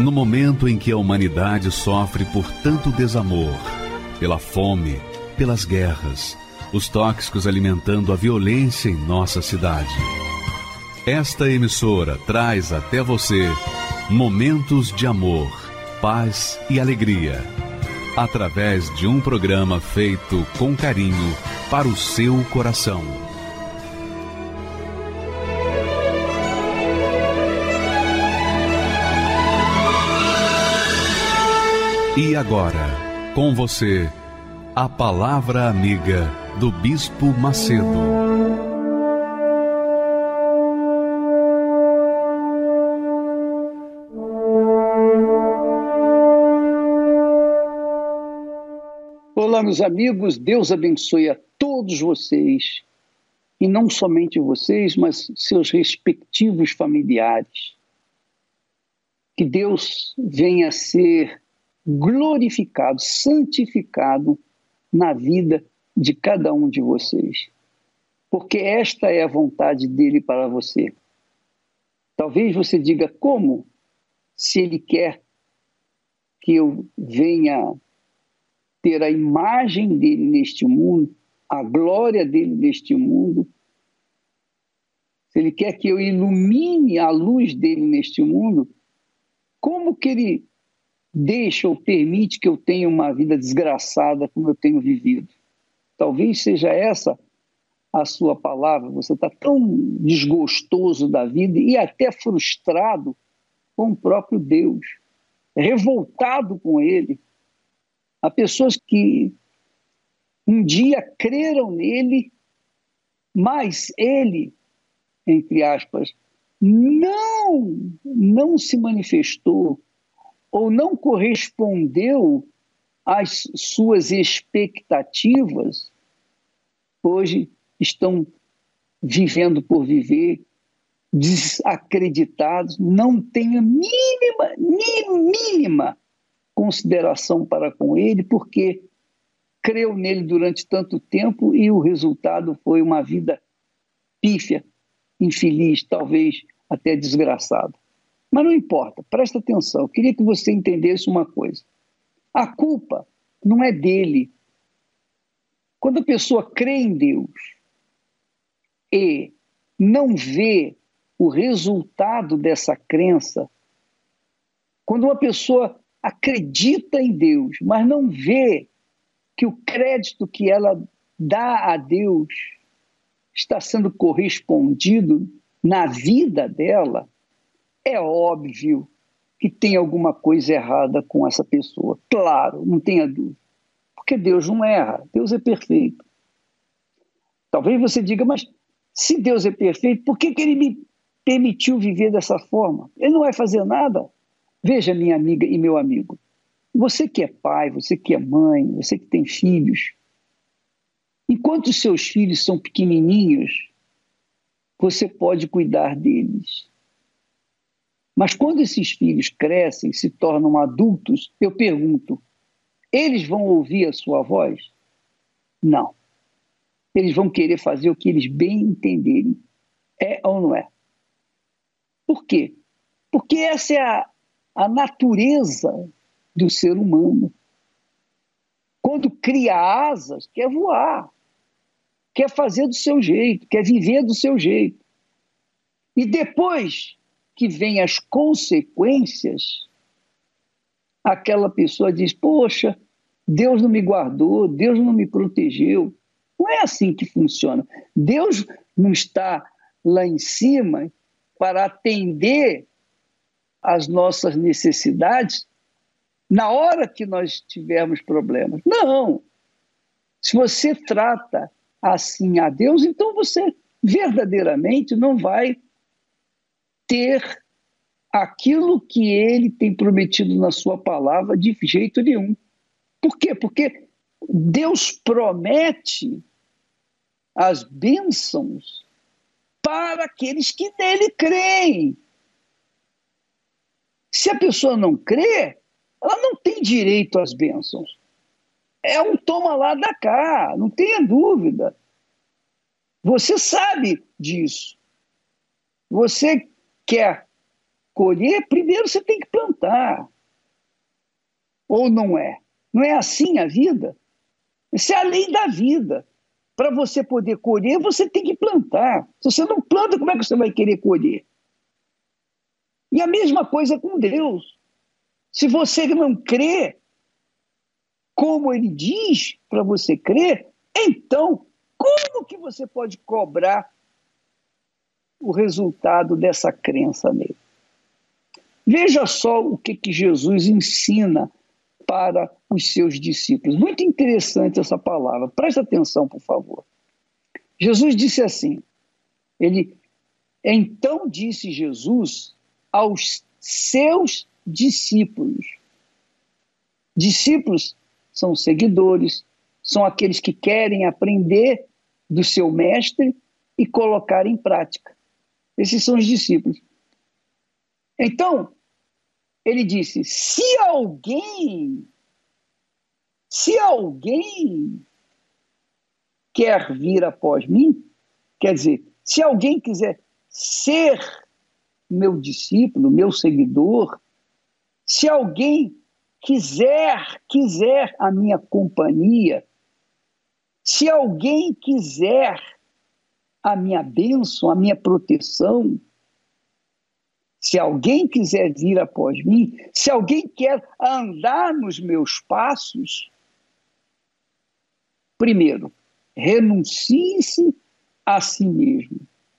No momento em que a humanidade sofre por tanto desamor, pela fome, pelas guerras, os tóxicos alimentando a violência em nossa cidade. Esta emissora traz até você momentos de amor, paz e alegria, através de um programa feito com carinho para o seu coração. E agora, com você, a Palavra Amiga do Bispo Macedo. Olá, meus amigos, Deus abençoe a todos vocês, e não somente vocês, mas seus respectivos familiares. Que Deus venha a ser glorificado, santificado na vida de cada um de vocês, porque esta é a vontade dele para você. Talvez você diga: como? Se ele quer que eu venha ter a imagem dele neste mundo, a glória dele neste mundo, se ele quer que eu ilumine a luz dele neste mundo, como que ele deixa ou permite que eu tenha uma vida desgraçada como eu tenho vivido? Talvez seja essa a sua palavra. Você está tão desgostoso da vida e até frustrado com o próprio Deus, revoltado com ele. Há pessoas que um dia creram nele, mas ele, entre aspas, não se manifestou ou não correspondeu às suas expectativas. Hoje estão vivendo por viver, desacreditados, não têm a mínima consideração para com ele, porque creu nele durante tanto tempo e o resultado foi uma vida pífia, infeliz, talvez até desgraçada. Mas não importa, presta atenção, eu queria que você entendesse uma coisa. A culpa não é dele. Quando a pessoa crê em Deus e não vê o resultado dessa crença, quando uma pessoa acredita em Deus, mas não vê que o crédito que ela dá a Deus está sendo correspondido na vida dela, é óbvio que tem alguma coisa errada com essa pessoa. Claro, não tenha dúvida. Porque Deus não erra, Deus é perfeito. Talvez você diga: mas se Deus é perfeito, por que ele me permitiu viver dessa forma? Ele não vai fazer nada. Veja, minha amiga e meu amigo, você que é pai, você que é mãe, você que tem filhos, enquanto os seus filhos são pequenininhos, você pode cuidar deles. Mas quando esses filhos crescem, se tornam adultos, eu pergunto: eles vão ouvir a sua voz? Não. Eles vão querer fazer o que eles bem entenderem. É ou não é? Por quê? Porque essa é a natureza do ser humano. Quando cria asas, quer voar, quer fazer do seu jeito, quer viver do seu jeito. E depois que vem as consequências, aquela pessoa diz: poxa, Deus não me guardou, Deus não me protegeu. Não é assim que funciona. Deus não está lá em cima para atender às nossas necessidades na hora que nós tivermos problemas. Não! Se você trata assim a Deus, então você verdadeiramente não vai ter aquilo que ele tem prometido na sua palavra de jeito nenhum. Por quê? Porque Deus promete as bênçãos para aqueles que nele creem. Se a pessoa não crê, ela não tem direito às bênçãos. É um toma lá da cá, não tenha dúvida. Você sabe disso. Você quer colher, primeiro você tem que plantar. Ou não é? Não é assim a vida? Isso é a lei da vida. Para você poder colher, você tem que plantar. Se você não planta, como é que você vai querer colher? E a mesma coisa com Deus. Se você não crê como ele diz para você crer, então, como que você pode cobrar o resultado dessa crença nele? Veja só o que Jesus ensina para os seus discípulos. Muito interessante essa palavra. Presta atenção, por favor. Jesus disse assim, então disse Jesus aos seus discípulos. Discípulos são seguidores, são aqueles que querem aprender do seu mestre e colocar em prática. Esses são os discípulos. Então, ele disse, se alguém quer vir após mim, quer dizer, se alguém quiser ser meu discípulo, meu seguidor, se alguém quiser a minha companhia, se alguém quiser a minha bênção, a minha proteção, se alguém quiser vir após mim, se alguém quer andar nos meus passos, primeiro, renuncie-se a si mesmo.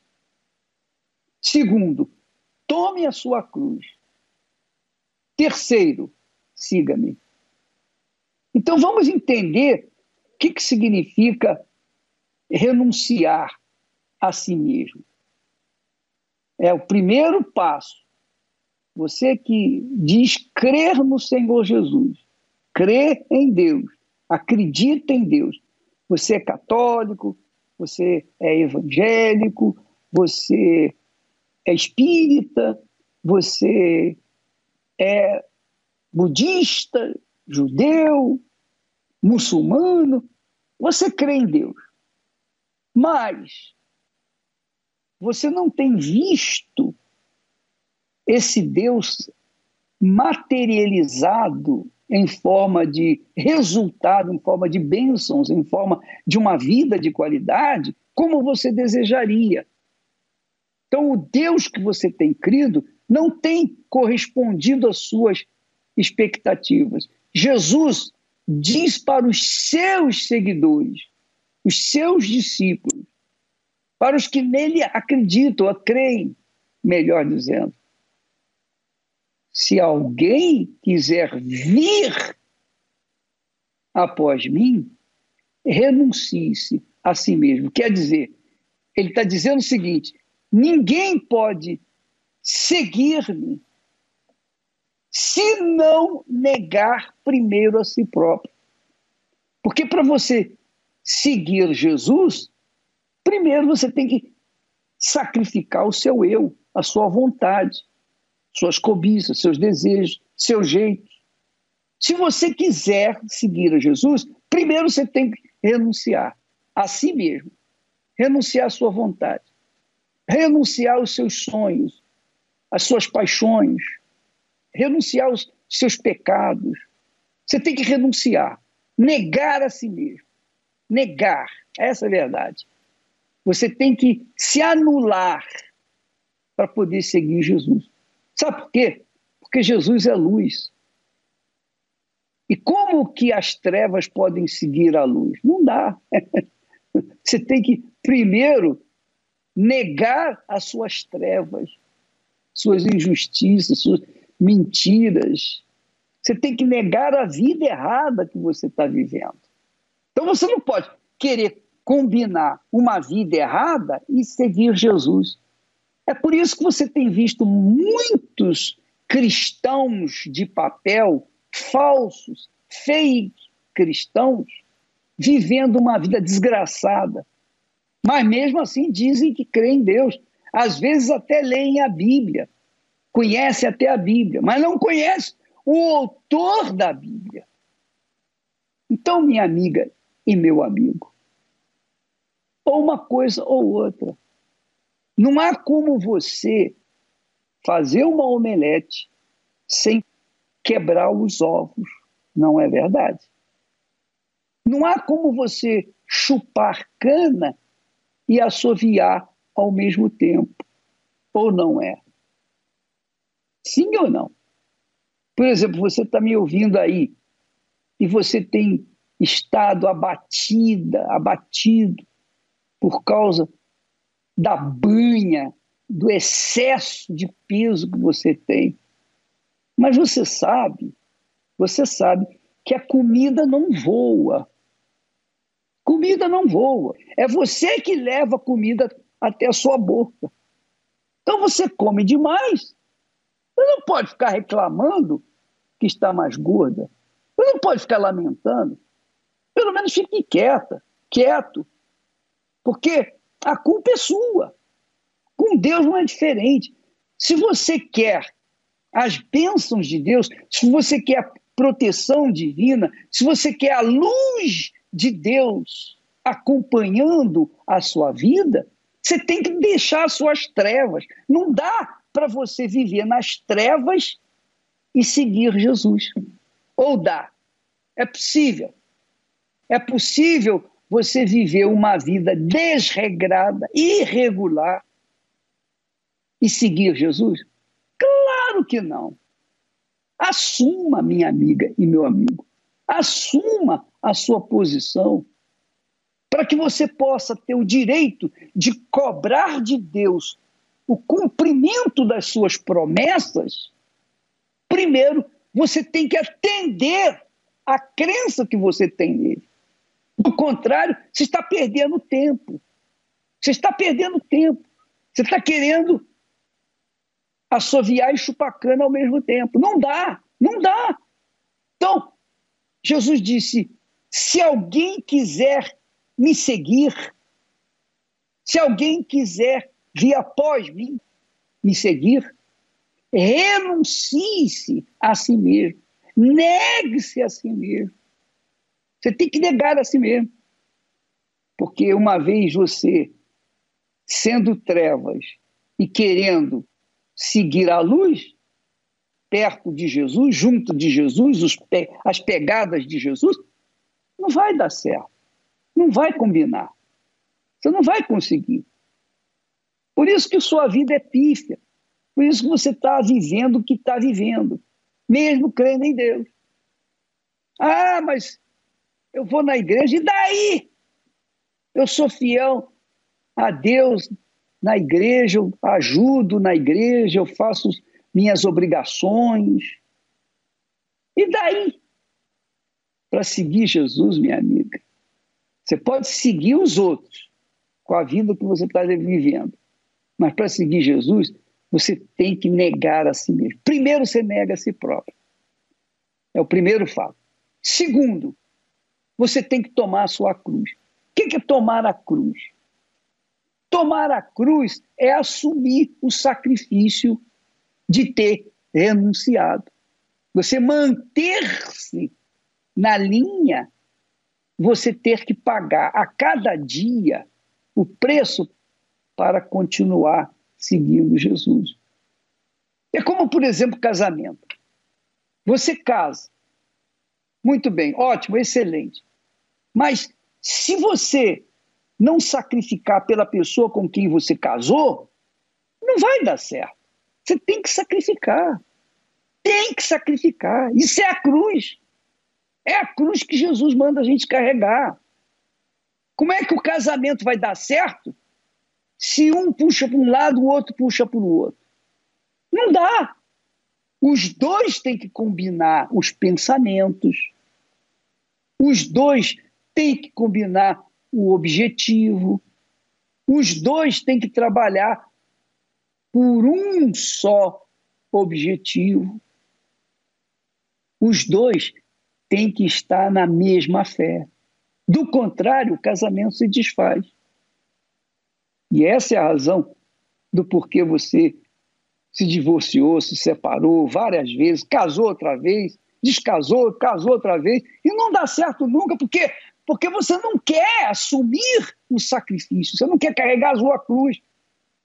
Segundo, tome a sua cruz. Terceiro, siga-me. Então vamos entender o que significa renunciar a si mesmo. É o primeiro passo. Você que diz crer no Senhor Jesus, crer em Deus, acredita em Deus. Você é católico, você é evangélico, você é espírita, você é budista, judeu, muçulmano, você crê em Deus. Mas você não tem visto esse Deus materializado em forma de resultado, em forma de bênçãos, em forma de uma vida de qualidade, como você desejaria. Então, o Deus que você tem crido não tem correspondido às suas expectativas. Jesus diz para os seus seguidores, os seus discípulos, para os que nele acreditam, ou creem, melhor dizendo, se alguém quiser vir após mim, renuncie-se a si mesmo. Quer dizer, ele está dizendo o seguinte, ninguém pode seguir-me se não negar primeiro a si próprio. Porque para você seguir Jesus, primeiro você tem que sacrificar o seu eu, a sua vontade, suas cobiças, seus desejos, seu jeito. Se você quiser seguir a Jesus, primeiro você tem que renunciar a si mesmo, renunciar à sua vontade, renunciar aos seus sonhos, às suas paixões, renunciar aos seus pecados. Você tem que renunciar, negar a si mesmo, negar, essa é a verdade. Você tem que se anular para poder seguir Jesus. Sabe por quê? Porque Jesus é luz. E como que as trevas podem seguir a luz? Não dá. Você tem que, primeiro, negar as suas trevas, suas injustiças, suas mentiras. Você tem que negar a vida errada que você está vivendo. Então você não pode querer combinar uma vida errada e seguir Jesus. É por isso que você tem visto muitos cristãos de papel, falsos, fake cristãos, vivendo uma vida desgraçada. Mas mesmo assim dizem que creem em Deus. Às vezes até leem a Bíblia, conhecem até a Bíblia, mas não conhecem o autor da Bíblia. Então, minha amiga e meu amigo, ou uma coisa ou outra. Não há como você fazer uma omelete sem quebrar os ovos. Não é verdade. Não há como você chupar cana e assoviar ao mesmo tempo. Ou não é? Sim ou não? Por exemplo, você está me ouvindo aí e você tem estado abatido por causa da banha, do excesso de peso que você tem. Mas você sabe que a comida não voa. Comida não voa. É você que leva a comida até a sua boca. Então você come demais. Você não pode ficar reclamando que está mais gorda. Você não pode ficar lamentando. Pelo menos fique quieto. Porque a culpa é sua. Com Deus não é diferente. Se você quer as bênçãos de Deus, se você quer a proteção divina, se você quer a luz de Deus acompanhando a sua vida, você tem que deixar as suas trevas. Não dá para você viver nas trevas e seguir Jesus. Ou dá? É possível. É possível você viver uma vida desregrada, irregular e seguir Jesus? Claro que não. Assuma, minha amiga e meu amigo. Assuma a sua posição para que você possa ter o direito de cobrar de Deus o cumprimento das suas promessas. Primeiro, você tem que atender à crença que você tem nele. Do contrário, você está perdendo tempo. Você está perdendo tempo. Você está querendo assoviar e chupar cana ao mesmo tempo. Não dá. Então, Jesus disse, se alguém quiser me seguir, se alguém quiser vir após mim, me seguir, renuncie-se a si mesmo, negue-se a si mesmo. Você tem que negar a si mesmo. Porque uma vez você, sendo trevas e querendo seguir a luz, perto de Jesus, junto de Jesus, as pegadas de Jesus, não vai dar certo. Não vai combinar. Você não vai conseguir. Por isso que sua vida é pífia. Por isso que você está vivendo o que está vivendo, mesmo crendo em Deus. Ah, mas eu vou na igreja, e daí? Eu sou fiel a Deus na igreja, eu ajudo na igreja, eu faço minhas obrigações. E daí? Para seguir Jesus, minha amiga, você pode seguir os outros com a vida que você está vivendo, mas para seguir Jesus, você tem que negar a si mesmo. Primeiro, você nega a si próprio. É o primeiro fato. Segundo, você tem que tomar a sua cruz. O que é tomar a cruz? Tomar a cruz é assumir o sacrifício de ter renunciado. Você manter-se na linha, você ter que pagar a cada dia o preço para continuar seguindo Jesus. É como, por exemplo, casamento. Você casa. Muito bem, ótimo, excelente. Mas se você não sacrificar pela pessoa com quem você casou, não vai dar certo. Você tem que sacrificar. Tem que sacrificar. Isso é a cruz. É a cruz que Jesus manda a gente carregar. Como é que o casamento vai dar certo se um puxa para um lado, o outro puxa para o outro? Não dá. Os dois têm que combinar os pensamentos. Os dois têm que combinar o objetivo. Os dois têm que trabalhar por um só objetivo. Os dois têm que estar na mesma fé. Do contrário, o casamento se desfaz. E essa é a razão do porquê você se divorciou, se separou várias vezes, casou outra vez, descasou, casou outra vez, e não dá certo nunca, porque você não quer assumir o sacrifício, você não quer carregar a sua cruz.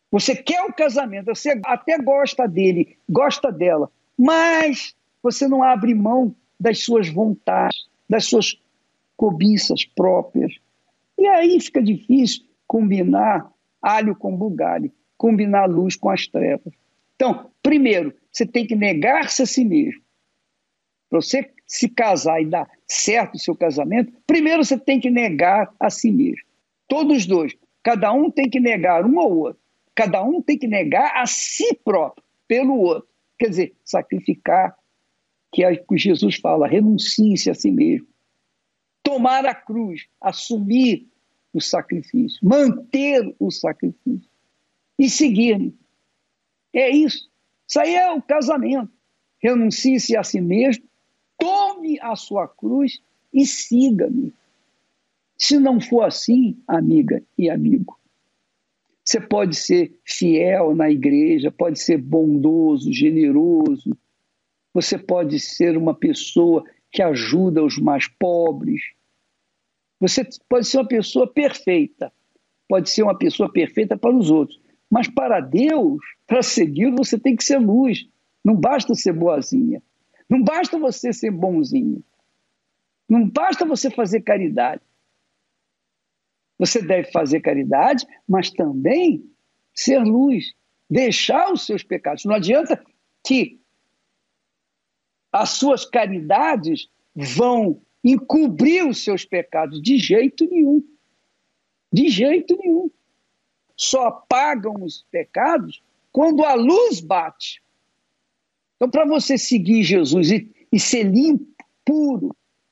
Você quer o casamento, você até gosta dele, gosta dela, mas você não abre mão das suas vontades, das suas cobiças próprias. E aí fica difícil combinar alho com bugalho, combinar luz com as trevas. Então, primeiro, você tem que negar-se a si mesmo. Para você se casar e dar certo o seu casamento, primeiro você tem que negar a si mesmo. Todos os dois. Cada um tem que negar um ao outro. Cada um tem que negar a si próprio pelo outro. Quer dizer, sacrificar, que é o que Jesus fala, renuncie-se a si mesmo. Tomar a cruz, assumir o sacrifício, manter o sacrifício e seguir-me. É isso. Isso aí é o casamento. Renuncie-se a si mesmo, tome a sua cruz e siga-me. Se não for assim, amiga e amigo, você pode ser fiel na igreja, pode ser bondoso, generoso, você pode ser uma pessoa que ajuda os mais pobres, você pode ser uma pessoa perfeita, pode ser uma pessoa perfeita para os outros, mas para Deus, para seguir, você tem que ser luz. Não basta ser boazinha, não basta você ser bonzinho, não basta você fazer caridade. Você deve fazer caridade, mas também ser luz, deixar os seus pecados. Não adianta que as suas caridades vão encobrir os seus pecados, de jeito nenhum. De jeito nenhum. Só apagam os pecados quando a luz bate. Então, para você seguir Jesus e ser limpo, puro,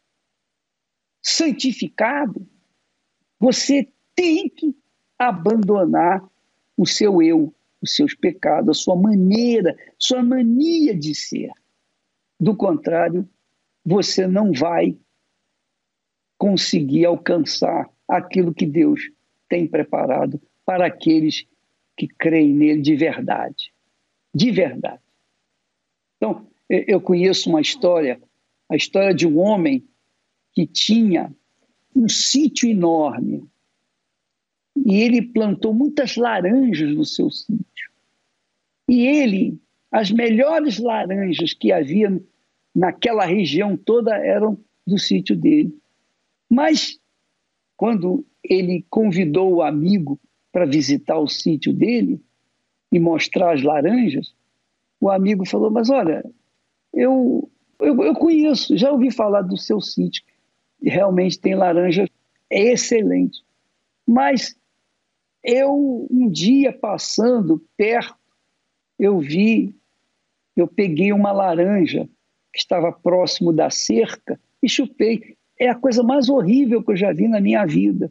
santificado, você tem que abandonar o seu eu, os seus pecados, a sua maneira, sua mania de ser. Do contrário, você não vai conseguir alcançar aquilo que Deus tem preparado para aqueles que creem nele de verdade. De verdade. Então, eu conheço uma história, a história de um homem que tinha um sítio enorme e ele plantou muitas laranjas no seu sítio. E ele, as melhores laranjas que havia naquela região toda eram do sítio dele. Mas, quando ele convidou o amigo para visitar o sítio dele e mostrar as laranjas, o amigo falou, mas olha, eu conheço, já ouvi falar do seu sítio, realmente tem laranja excelente, mas eu, um dia passando perto, eu peguei uma laranja que estava próximo da cerca e chupei. É a coisa mais horrível que eu já vi na minha vida.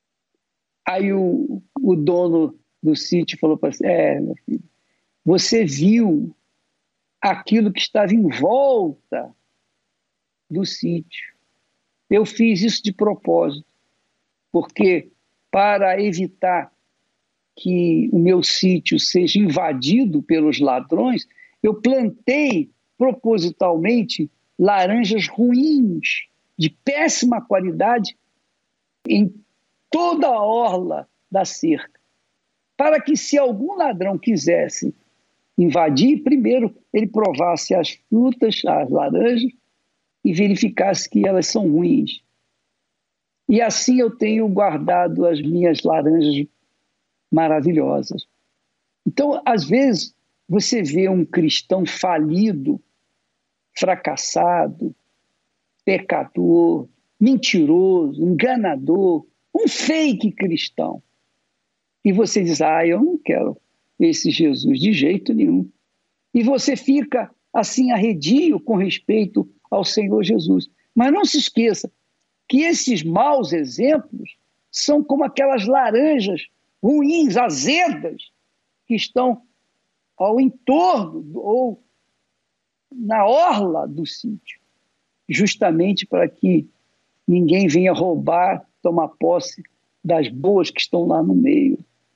Aí o dono do sítio falou para ele, meu filho, você viu aquilo que estava em volta do sítio. Eu fiz isso de propósito, porque para evitar que o meu sítio seja invadido pelos ladrões, eu plantei propositalmente laranjas ruins, de péssima qualidade, em toda a orla da cerca, para que se algum ladrão quisesse invadir, primeiro ele provasse as frutas, as laranjas, e verificasse que elas são ruins. E assim eu tenho guardado as minhas laranjas maravilhosas. Então, às vezes, você vê um cristão falido, fracassado, pecador, mentiroso, enganador, um fake cristão. E você diz, eu não quero esse Jesus de jeito nenhum. E você fica assim arredio com respeito ao Senhor Jesus. Mas não se esqueça que esses maus exemplos são como aquelas laranjas ruins, azedas, que estão ao entorno ou na orla do sítio, justamente para que ninguém venha roubar, tomar posse das boas que estão lá no meio.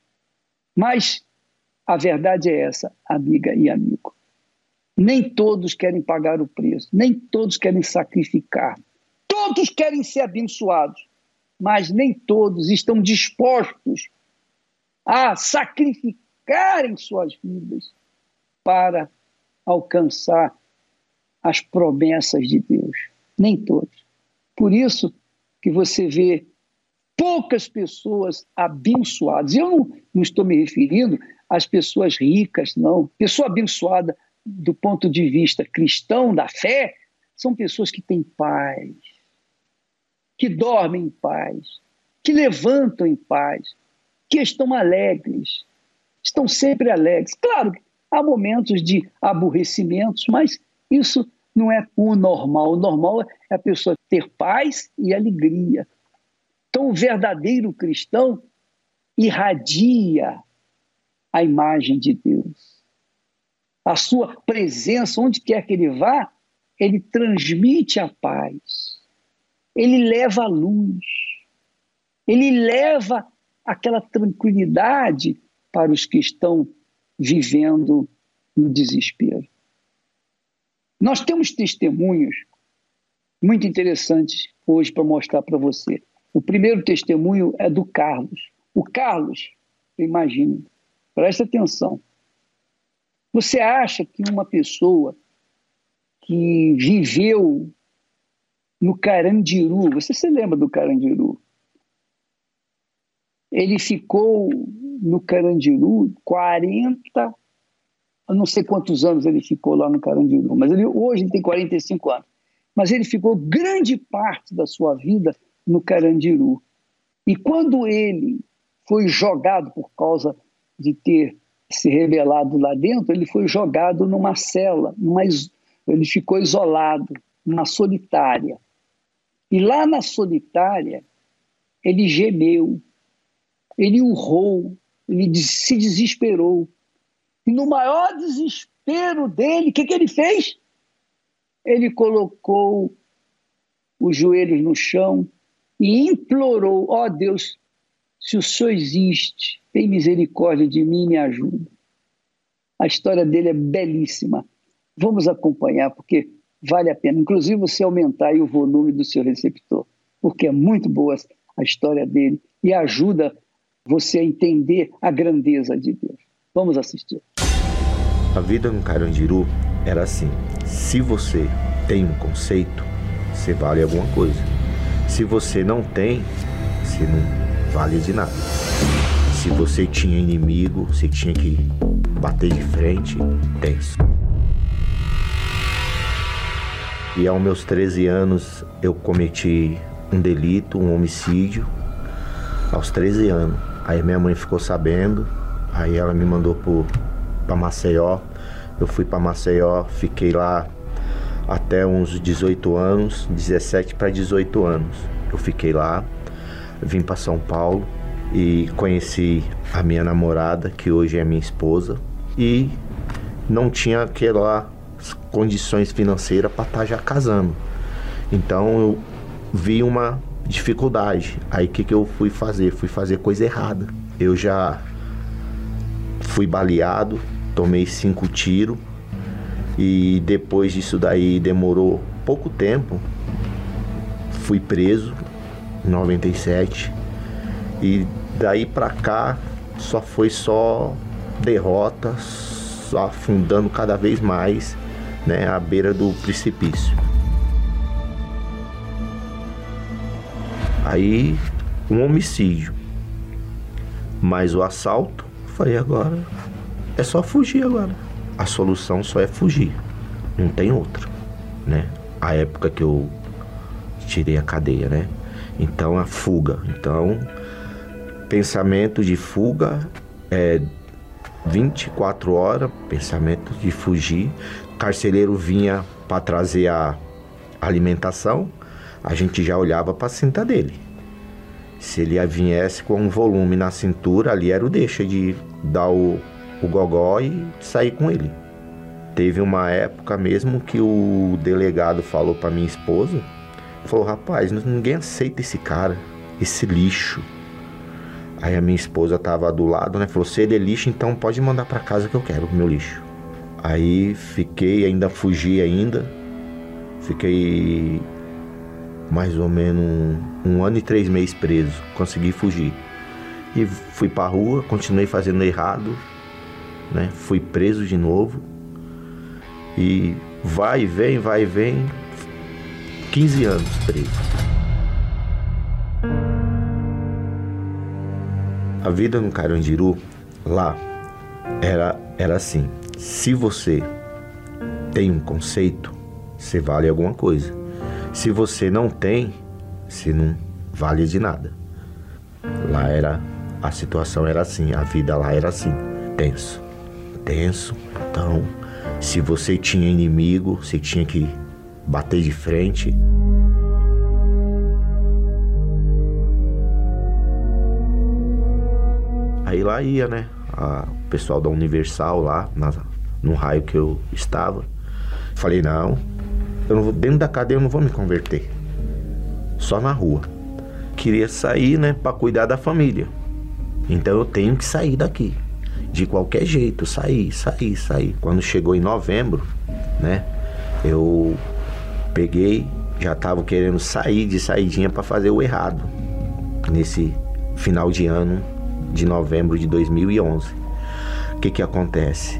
Mas a verdade é essa, amiga e amigo. Nem todos querem pagar o preço, nem todos querem sacrificar. Todos querem ser abençoados, mas nem todos estão dispostos a sacrificar arriscarem suas vidas para alcançar as promessas de Deus. Nem todos. Por isso que você vê poucas pessoas abençoadas. Eu não estou me referindo às pessoas ricas, não. Pessoa abençoada do ponto de vista cristão, da fé, são pessoas que têm paz, que dormem em paz, que levantam em paz, que estão alegres, estão sempre alegres. Claro, há momentos de aborrecimentos, mas isso não é o normal. O normal é a pessoa ter paz e alegria. Então, o verdadeiro cristão irradia a imagem de Deus. A sua presença, onde quer que ele vá, ele transmite a paz. Ele leva a luz. Ele leva aquela tranquilidade para os que estão vivendo no desespero. Nós temos testemunhos muito interessantes hoje para mostrar para você. O primeiro testemunho é do Carlos. O Carlos, imagine, presta atenção. Você acha que uma pessoa que viveu no Carandiru, você se lembra do Carandiru? Ele ficou no Carandiru 40, eu não sei quantos anos ele ficou lá no Carandiru, mas hoje ele tem 45 anos. Mas ele ficou grande parte da sua vida no Carandiru. E quando ele foi jogado por causa de ter se rebelado lá dentro, ele foi jogado numa cela, ele ficou isolado, numa solitária. E lá na solitária, ele gemeu, ele urrou, ele se desesperou. E no maior desespero dele, o que ele fez? Ele colocou os joelhos no chão e implorou: ó Deus, se o Senhor existe, tem misericórdia de mim e me ajuda. A história dele é belíssima. Vamos acompanhar, porque vale a pena. Inclusive, você aumentar aí o volume do seu receptor, porque é muito boa a história dele e ajuda você a entender a grandeza de Deus. Vamos assistir. A vida no Carandiru era assim: se você tem um conceito, você vale alguma coisa. Se você não tem, você não vale de nada. Se você tinha inimigo, você tinha que bater de frente, tenso. E aos meus 13 anos eu cometi um delito, um homicídio, aos 13 anos. Aí minha mãe ficou sabendo, aí ela me mandou para Maceió. Eu fui para Maceió, fiquei lá até uns 18 anos, 17 para 18 anos. Eu fiquei lá, vim para São Paulo e conheci a minha namorada, que hoje é minha esposa, e não tinha aquelas condições financeiras para estar já casando. Então eu vi uma dificuldade. Aí o que eu fui fazer? Fui fazer coisa errada. Eu já fui baleado, tomei 5 tiros e depois disso daí demorou pouco tempo, fui preso em 97 e daí pra cá só derrota, só afundando cada vez mais, né, à beira do precipício. Aí um homicídio, mas o assalto, falei, agora é só fugir agora. A solução só é fugir, não tem outra, né? A época que eu tirei a cadeia, né? Então a fuga. Então, pensamento de fuga é 24 horas, pensamento de fugir. O carcereiro vinha para trazer a alimentação, a gente já olhava para a cinta dele. Se ele viesse com um volume na cintura, ali era o deixa de dar o gogó e sair com ele. Teve uma época mesmo que o delegado falou para minha esposa, falou, rapaz, ninguém aceita esse cara, esse lixo. Aí a minha esposa tava do lado, né, falou, se ele é lixo, então pode mandar para casa que eu quero o meu lixo. Aí fiquei, ainda fugi ainda, fiquei mais ou menos 1 ano e 3 meses preso, consegui fugir. E fui pra rua, continuei fazendo errado, né? Fui preso de novo. E vai e vem, 15 anos preso. A vida no Carandiru, lá, era assim. Se você tem um conceito, você vale alguma coisa. Se você não tem, você não vale de nada. Lá a situação era assim, a vida lá era assim, tenso. Então, se você tinha inimigo, você tinha que bater de frente. Aí lá ia, né, o pessoal da Universal lá, no raio que eu estava. Falei, não, eu não vou, dentro da cadeia eu não vou me converter, só na rua. Queria sair, né, para cuidar da família. Então eu tenho que sair daqui, de qualquer jeito, sair. Quando chegou em novembro, né, eu peguei, já tava querendo sair de saidinha para fazer o errado, nesse final de ano de novembro de 2011. O que acontece?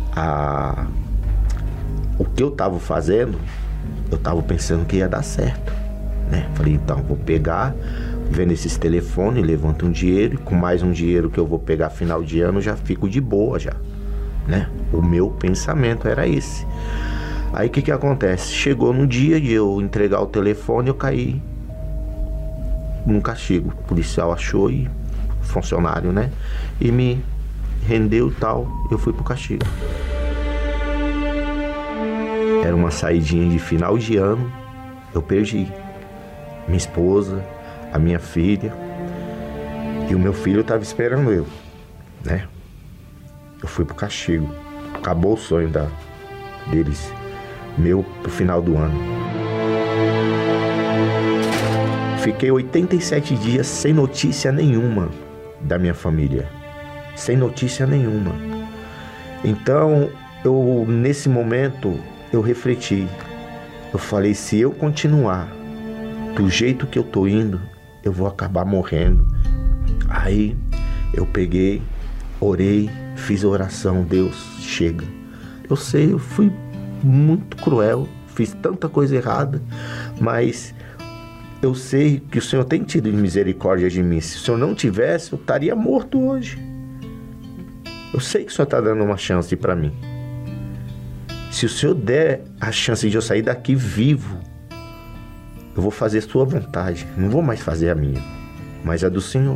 O que eu tava fazendo, eu tava pensando que ia dar certo, né? Falei, então, vou pegar, vendo esses telefones, levanto um dinheiro, e com mais um dinheiro que eu vou pegar final de ano, já fico de boa já, né? O meu pensamento era esse. Aí o que acontece? Chegou no dia de eu entregar o telefone, eu caí num castigo. O policial achou, e funcionário, né? E me rendeu e tal, eu fui pro castigo. Era uma saidinha de final de ano, eu perdi minha esposa, a minha filha, e o meu filho estava esperando eu, né? Eu fui pro castigo. Acabou o sonho deles, meu, pro final do ano. Fiquei 87 dias sem notícia nenhuma da minha família. Sem notícia nenhuma. Então, nesse momento, eu refleti. Eu falei, se eu continuar do jeito que eu tô indo, eu vou acabar morrendo. Aí, eu peguei, orei, fiz oração. Deus, chega. Eu sei, eu fui muito cruel, fiz tanta coisa errada, mas eu sei que o Senhor tem tido misericórdia de mim. Se o Senhor não tivesse, eu estaria morto hoje. Eu sei que o Senhor está dando uma chance para mim. Se o Senhor der a chance de eu sair daqui vivo, eu vou fazer a sua vontade. Não vou mais fazer a minha, mas a do Senhor.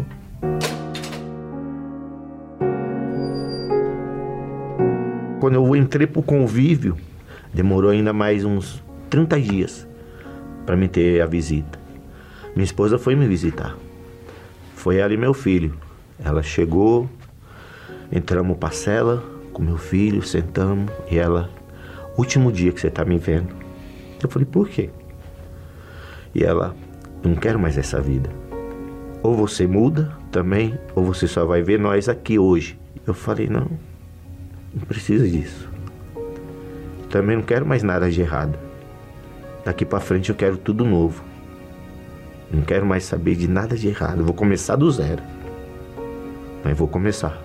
Quando eu entrei pro convívio, demorou ainda mais uns 30 dias para me ter a visita. Minha esposa foi me visitar. Foi ela e meu filho. Ela chegou, entramos pra cela com meu filho, sentamos, e ela, último dia que você tá me vendo. Eu falei, por quê? E ela, eu não quero mais essa vida. Ou você muda também, ou você só vai ver nós aqui hoje. Eu falei, não precisa disso. Também não quero mais nada de errado. Daqui pra frente eu quero tudo novo. Não quero mais saber de nada de errado. Eu vou começar do zero. Mas vou começar.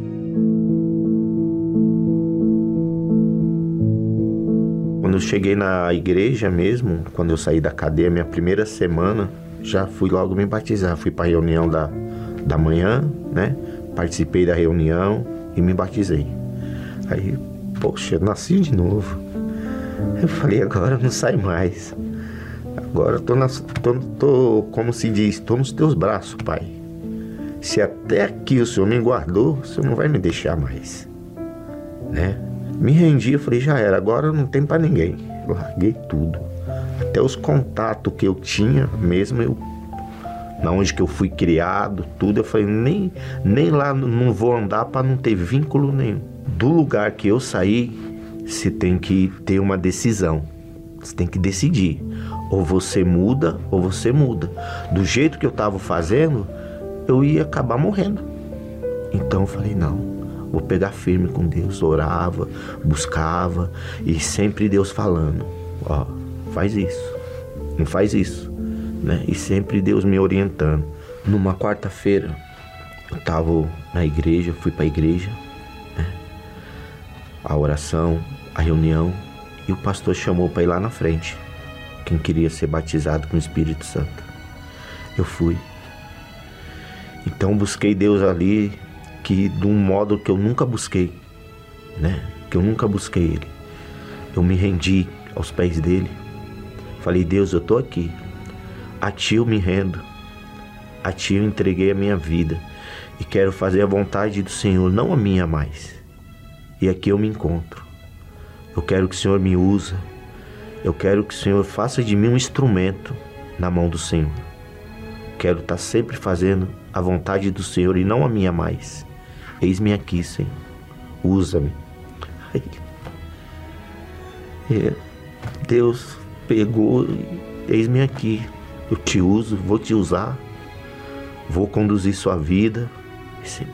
Quando eu cheguei na igreja mesmo, quando eu saí da cadeia, minha primeira semana, já fui logo me batizar. Fui pra reunião da manhã, né? Participei da reunião e me batizei. Aí, poxa, eu nasci de novo. Eu falei, agora eu não saio mais. Agora eu tô, como se diz, tô nos teus braços, Pai. Se até aqui o Senhor me guardou, o Senhor não vai me deixar mais, né? Me rendi, eu falei, já era, agora não tem pra ninguém. Eu larguei tudo. Até os contatos que eu tinha, mesmo na onde que eu fui criado, tudo, eu falei, nem lá não vou andar pra não ter vínculo nenhum. Do lugar que eu saí, você tem que ter uma decisão. Você tem que decidir. Ou você muda, ou você muda. Do jeito que eu estava fazendo, eu ia acabar morrendo. Então eu falei, não, vou pegar firme com Deus. Orava, buscava, e sempre Deus falando, ó, faz isso, não faz isso, né? E sempre Deus me orientando. Numa quarta-feira, eu estava na igreja, fui para a igreja, né? a oração, a reunião, e o pastor chamou para ir lá na frente, quem queria ser batizado com o Espírito Santo. Eu fui. Então busquei Deus ali, que de um modo que eu nunca busquei, né? Que eu nunca busquei Ele. Eu me rendi aos pés dele. Falei, Deus, eu estou aqui. A Ti eu me rendo. A Ti eu entreguei a minha vida. E quero fazer a vontade do Senhor, não a minha mais. E aqui eu me encontro. Eu quero que o Senhor me use. Eu quero que o Senhor faça de mim um instrumento na mão do Senhor. Quero estar sempre fazendo a vontade do Senhor e não a minha mais. Eis-me aqui, Senhor. Usa-me. Deus pegou, eis-me aqui. Eu te uso, vou te usar. Vou conduzir sua vida. Recebi.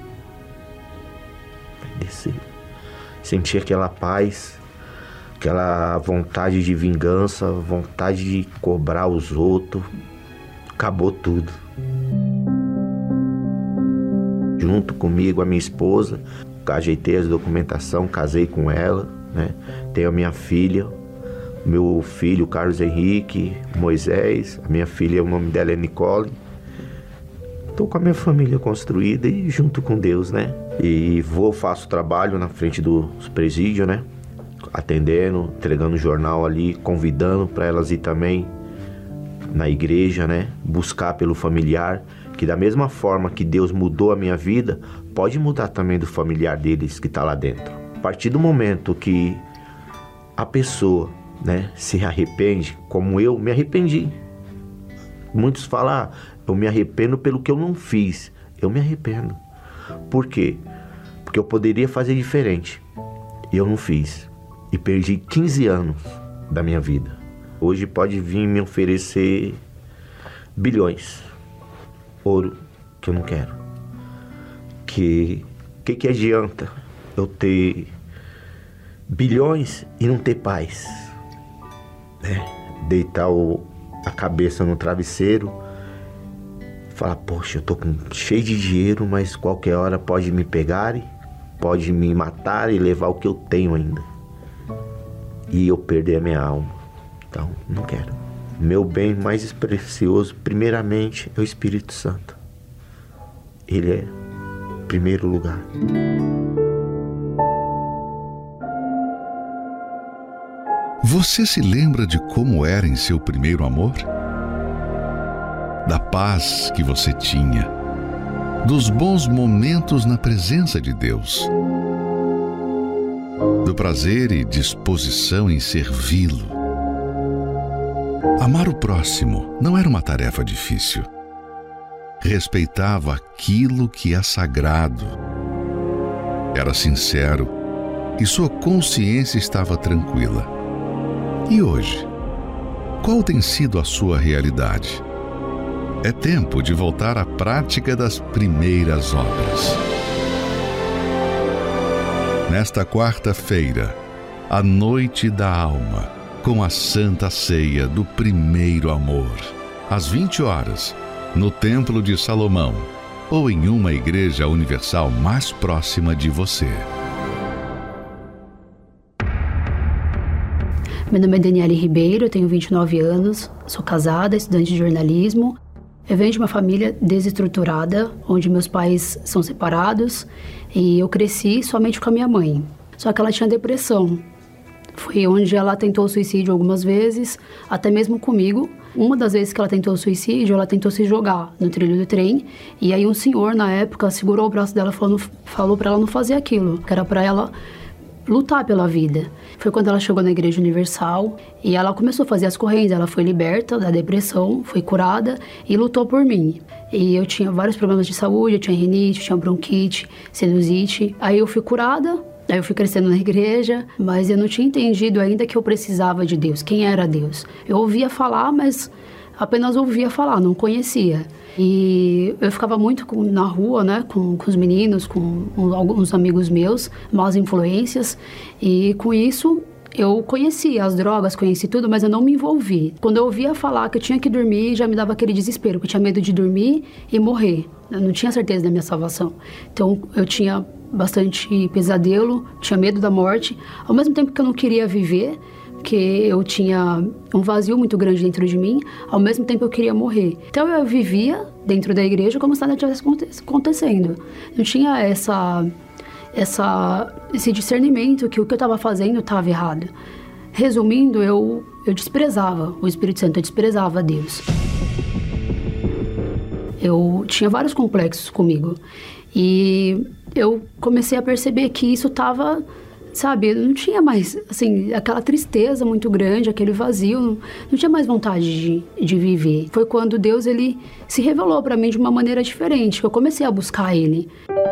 Vai descer. Senti aquela paz, aquela vontade de vingança, vontade de cobrar os outros. Acabou tudo. Junto comigo, a minha esposa, ajeitei a documentação, casei com ela, né? Tenho a minha filha, meu filho Carlos Henrique, Moisés, a minha filha, o nome dela é Nicole. Estou com a minha família construída e junto com Deus, né? E faço trabalho na frente dos presídios, né? Atendendo, entregando jornal ali, convidando para elas ir também na igreja, né? Buscar pelo familiar, que da mesma forma que Deus mudou a minha vida, pode mudar também do familiar deles que está lá dentro. A partir do momento que a pessoa, né, se arrepende, como eu me arrependi. Muitos falam, eu me arrependo pelo que eu não fiz. Eu me arrependo. Por quê? Porque eu poderia fazer diferente. E eu não fiz. E perdi 15 anos da minha vida. Hoje pode vir me oferecer bilhões. Ouro, que eu não quero. Que adianta eu ter bilhões e não ter paz? Né? Deitar a cabeça no travesseiro, falar, poxa, eu tô cheio de dinheiro, mas qualquer hora pode me pegarem, pode me matar e levar o que eu tenho ainda. E eu perder a minha alma. Então, não quero. Meu bem mais precioso, primeiramente, é o Espírito Santo. Ele é primeiro lugar. Você se lembra de como era em seu primeiro amor? Da paz que você tinha, dos bons momentos na presença de Deus, do prazer e disposição em servi-lo. Amar o próximo não era uma tarefa difícil. Respeitava aquilo que é sagrado. Era sincero e sua consciência estava tranquila. E hoje, qual tem sido a sua realidade? É tempo de voltar à prática das primeiras obras. Nesta quarta-feira, a Noite da Alma, com a Santa Ceia do Primeiro Amor, às 20 horas, no Templo de Salomão, ou em uma igreja universal mais próxima de você. Meu nome é Daniele Ribeiro, eu tenho 29 anos, sou casada, estudante de jornalismo. Eu venho de uma família desestruturada, onde meus pais são separados e eu cresci somente com a minha mãe. Só que ela tinha depressão. Foi onde ela tentou suicídio algumas vezes, até mesmo comigo. Uma das vezes que ela tentou suicídio, ela tentou se jogar no trilho do trem. E aí um senhor, na época, segurou o braço dela e falou para ela não fazer aquilo, que era para ela lutar pela vida. Foi quando ela chegou na Igreja Universal e ela começou a fazer as correntes. Ela foi liberta da depressão, foi curada e lutou por mim. E eu tinha vários problemas de saúde, eu tinha rinite, eu tinha bronquite, sinusite. Aí eu fui curada, aí eu fui crescendo na igreja, mas eu não tinha entendido ainda que eu precisava de Deus, quem era Deus. Eu ouvia falar, mas apenas ouvia falar, não conhecia. E eu ficava muito na rua, né, com os meninos, com alguns amigos meus, más influências. E com isso, eu conhecia as drogas, conheci tudo, mas eu não me envolvi. Quando eu ouvia falar que eu tinha que dormir, já me dava aquele desespero, que eu tinha medo de dormir e morrer. Eu não tinha certeza da minha salvação. Então, eu tinha bastante pesadelo, tinha medo da morte, ao mesmo tempo que eu não queria viver, porque eu tinha um vazio muito grande dentro de mim, ao mesmo tempo eu queria morrer. Então eu vivia dentro da igreja como se nada estivesse acontecendo. Não tinha esse discernimento que o que eu estava fazendo estava errado. Resumindo, eu desprezava o Espírito Santo, eu desprezava Deus. Eu tinha vários complexos comigo. E eu comecei a perceber que isso estava, sabe, não tinha mais, assim, aquela tristeza muito grande, aquele vazio, não tinha mais vontade de viver. Foi quando Deus, ele se revelou para mim de uma maneira diferente, que eu comecei a buscar Ele.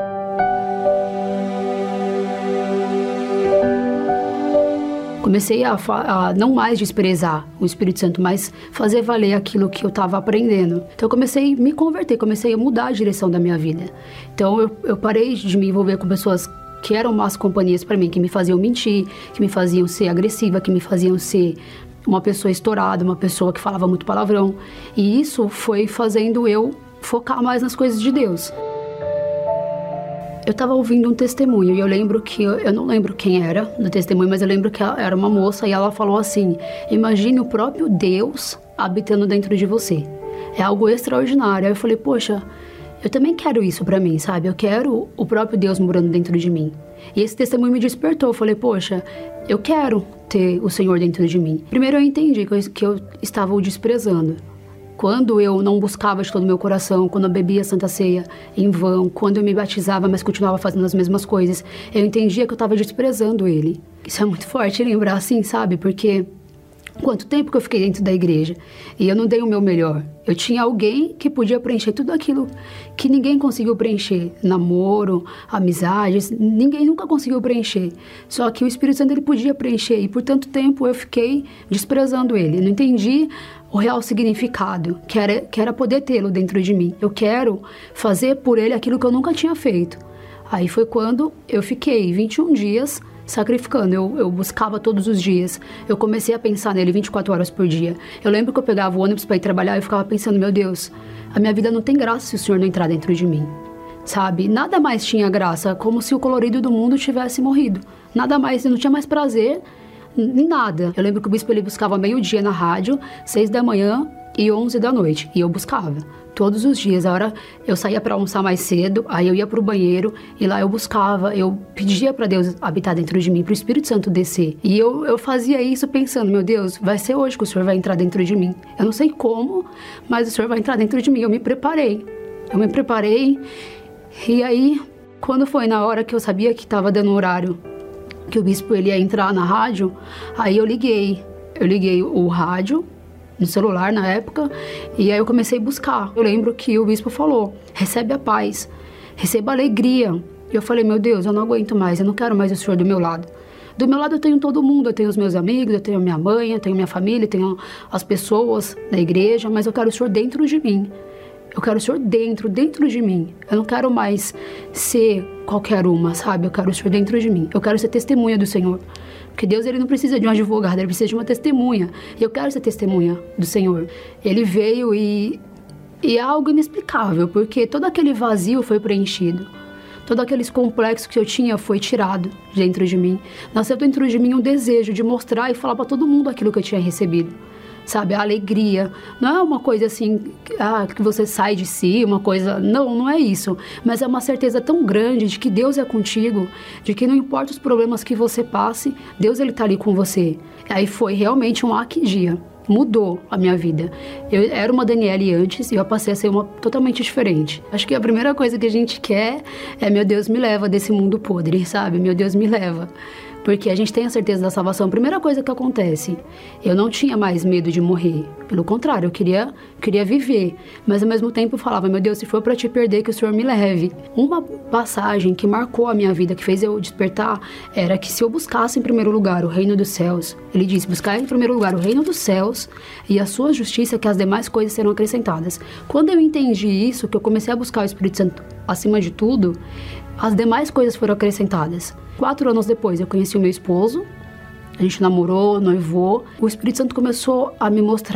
Comecei a não mais desprezar o Espírito Santo, mas fazer valer aquilo que eu estava aprendendo. Então eu comecei a me converter, comecei a mudar a direção da minha vida. Então eu parei de me envolver com pessoas que eram más companhias para mim, que me faziam mentir, que me faziam ser agressiva, que me faziam ser uma pessoa estourada, uma pessoa que falava muito palavrão. E isso foi fazendo eu focar mais nas coisas de Deus. Eu estava ouvindo um testemunho e eu lembro que, eu não lembro quem era do testemunho, mas eu lembro que ela era uma moça e ela falou assim: imagine o próprio Deus habitando dentro de você. É algo extraordinário. Aí eu falei, poxa, eu também quero isso pra mim, sabe? Eu quero o próprio Deus morando dentro de mim. E esse testemunho me despertou. Eu falei, poxa, eu quero ter o Senhor dentro de mim. Primeiro eu entendi que eu estava o desprezando. Quando eu não buscava de todo o meu coração, quando eu bebia a Santa Ceia em vão, quando eu me batizava, mas continuava fazendo as mesmas coisas, eu entendia que eu estava desprezando Ele. Isso é muito forte lembrar assim, sabe? Porque quanto tempo que eu fiquei dentro da igreja e eu não dei o meu melhor. Eu tinha alguém que podia preencher tudo aquilo que ninguém conseguiu preencher. Namoro, amizades, ninguém nunca conseguiu preencher. Só que o Espírito Santo, ele podia preencher e por tanto tempo eu fiquei desprezando Ele. Não entendi o real significado, que era poder tê-lo dentro de mim. Eu quero fazer por Ele aquilo que eu nunca tinha feito. Aí foi quando eu fiquei 21 dias sacrificando. Eu buscava todos os dias. Eu comecei a pensar nele 24 horas por dia. Eu lembro que eu pegava o ônibus para ir trabalhar e eu ficava pensando, meu Deus, a minha vida não tem graça se o Senhor não entrar dentro de mim. Sabe? Nada mais tinha graça, como se o colorido do mundo tivesse morrido. Nada mais, eu não tinha mais prazer em nada. Eu lembro que o bispo, ele buscava meio-dia na rádio, 6 da manhã e 11 da noite. E eu buscava todos os dias. A hora eu saía para almoçar mais cedo, aí eu ia pro banheiro e lá eu buscava, eu pedia para Deus habitar dentro de mim, pro Espírito Santo descer. E eu fazia isso pensando, meu Deus, vai ser hoje que o Senhor vai entrar dentro de mim. Eu não sei como, mas o Senhor vai entrar dentro de mim. Eu me preparei e aí, quando foi na hora que eu sabia que estava dando horário, que o bispo, ele ia entrar na rádio, aí eu liguei o rádio no celular na época, e aí eu comecei a buscar. Eu lembro que o bispo falou, recebe a paz, receba a alegria. E eu falei, meu Deus, eu não aguento mais, eu não quero mais o Senhor do meu lado. Do meu lado eu tenho todo mundo, eu tenho os meus amigos, eu tenho a minha mãe, eu tenho minha família, eu tenho as pessoas da igreja, mas eu quero o Senhor dentro de mim. Eu quero o Senhor dentro de mim. Eu não quero mais ser qualquer uma, sabe? Eu quero o Senhor dentro de mim. Eu quero ser testemunha do Senhor. Porque Deus, ele não precisa de um advogado, ele precisa de uma testemunha. E eu quero ser testemunha do Senhor. Ele veio e é algo inexplicável, porque todo aquele vazio foi preenchido. Todos aqueles complexos que eu tinha foi tirado dentro de mim. Nasceu dentro de mim um desejo de mostrar e falar para todo mundo aquilo que eu tinha recebido. Sabe, a alegria, não é uma coisa assim, que você sai de si, uma coisa, não é isso, mas é uma certeza tão grande de que Deus é contigo, de que não importa os problemas que você passe, Deus, ele tá ali com você. Aí foi realmente um que dia, mudou a minha vida. Eu era uma Daniele antes e eu passei a ser uma totalmente diferente. Acho que a primeira coisa que a gente quer é, meu Deus, me leva desse mundo podre, sabe, meu Deus, me leva. Porque a gente tem a certeza da salvação. A primeira coisa que acontece, eu não tinha mais medo de morrer. Pelo contrário, eu queria viver. Mas ao mesmo tempo eu falava, meu Deus, se for para te perder, que o Senhor me leve. Uma passagem que marcou a minha vida, que fez eu despertar, era que se eu buscasse em primeiro lugar o reino dos céus, ele disse, buscar em primeiro lugar o reino dos céus e a sua justiça, que as demais coisas serão acrescentadas. Quando eu entendi isso, que eu comecei a buscar o Espírito Santo acima de tudo, as demais coisas foram acrescentadas. 4 anos depois, eu conheci o meu esposo, a gente namorou, noivou. O Espírito Santo começou a me mostrar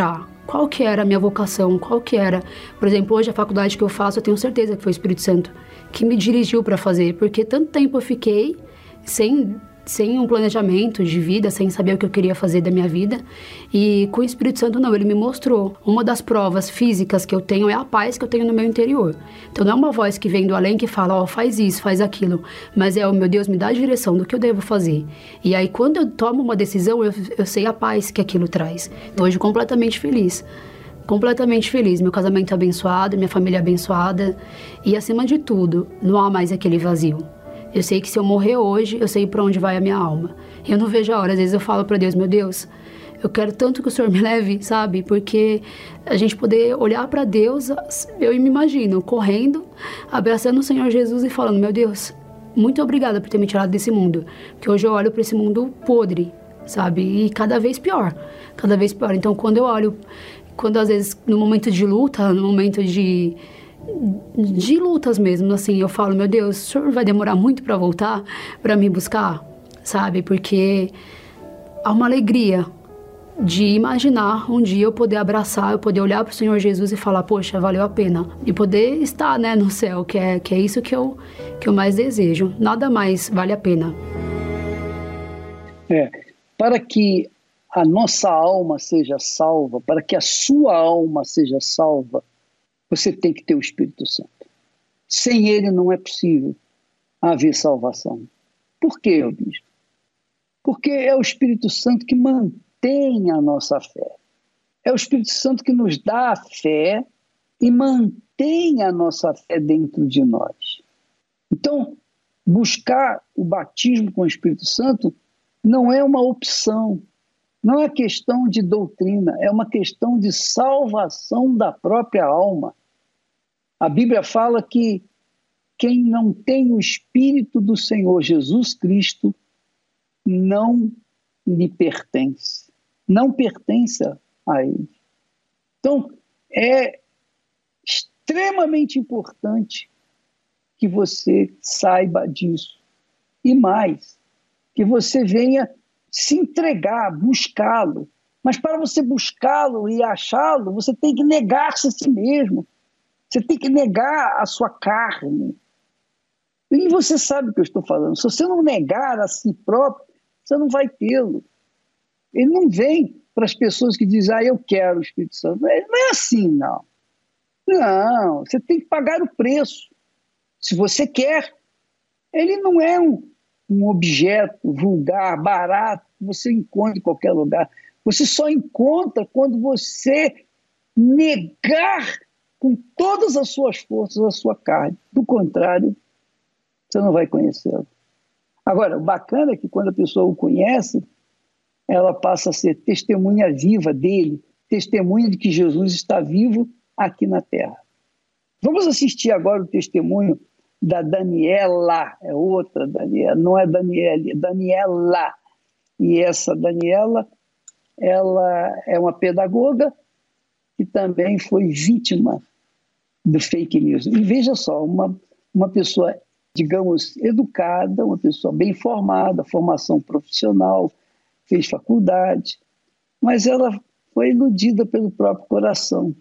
qual que era a minha vocação, qual que era. Por exemplo, hoje a faculdade que eu faço, eu tenho certeza que foi o Espírito Santo que me dirigiu para fazer, porque tanto tempo eu fiquei sem um planejamento de vida, sem saber o que eu queria fazer da minha vida. E com o Espírito Santo, não, ele me mostrou. Uma das provas físicas que eu tenho é a paz que eu tenho no meu interior. Então não é uma voz que vem do além que fala, faz isso, faz aquilo. Mas é, meu Deus, me dá a direção do que eu devo fazer. E aí, quando eu tomo uma decisão, eu sei a paz que aquilo traz. Então, hoje, completamente feliz. Completamente feliz. Meu casamento é abençoado, minha família é abençoada. E, acima de tudo, não há mais aquele vazio. Eu sei que se eu morrer hoje, eu sei para onde vai a minha alma. Eu não vejo a hora. Às vezes eu falo para Deus, meu Deus, eu quero tanto que o Senhor me leve, sabe? Porque a gente poder olhar para Deus, eu me imagino correndo, abraçando o Senhor Jesus e falando, meu Deus, muito obrigada por ter me tirado desse mundo. Porque hoje eu olho para esse mundo podre, sabe? E cada vez pior. Cada vez pior. Então, quando eu olho, às vezes no momento de luta, no momento de lutas mesmo, assim, eu falo, meu Deus, o Senhor vai demorar muito para voltar, para me buscar, sabe? Porque há uma alegria de imaginar um dia eu poder abraçar, eu poder olhar para o Senhor Jesus e falar, poxa, valeu a pena. E poder estar, né, no céu, que é isso que eu mais desejo. Nada mais vale a pena. Para que a nossa alma seja salva, para que a sua alma seja salva, você tem que ter o Espírito Santo. Sem ele não é possível haver salvação. Por quê, bispo? Porque é o Espírito Santo que mantém a nossa fé. É o Espírito Santo que nos dá a fé e mantém a nossa fé dentro de nós. Então, buscar o batismo com o Espírito Santo não é uma opção, não é questão de doutrina, é uma questão de salvação da própria alma. A Bíblia fala que quem não tem o Espírito do Senhor Jesus Cristo não lhe pertence. Não pertence a ele. Então, é extremamente importante que você saiba disso. E mais, que você venha se entregar, buscá-lo. Mas para você buscá-lo e achá-lo, você tem que negar-se a si mesmo. Você tem que negar a sua carne. E você sabe o que eu estou falando. Se você não negar a si próprio, você não vai tê-lo. Ele não vem para as pessoas que dizem, eu quero o Espírito Santo. Não é assim, não. Não, você tem que pagar o preço. Se você quer, ele não é um objeto vulgar, barato, que você encontra em qualquer lugar. Você só encontra quando você negar com todas as suas forças a sua carne. Do contrário, você não vai conhecê-lo. Agora, o bacana é que quando a pessoa o conhece, ela passa a ser testemunha viva dele, testemunha de que Jesus está vivo aqui na Terra. Vamos assistir agora o testemunho da Daniela, é outra Daniela, não é Daniele, é Daniela. E essa Daniela, ela é uma pedagoga que também foi vítima do fake news. E veja só, uma pessoa, digamos, educada, uma pessoa bem formada, formação profissional, fez faculdade, mas ela foi iludida pelo próprio coração,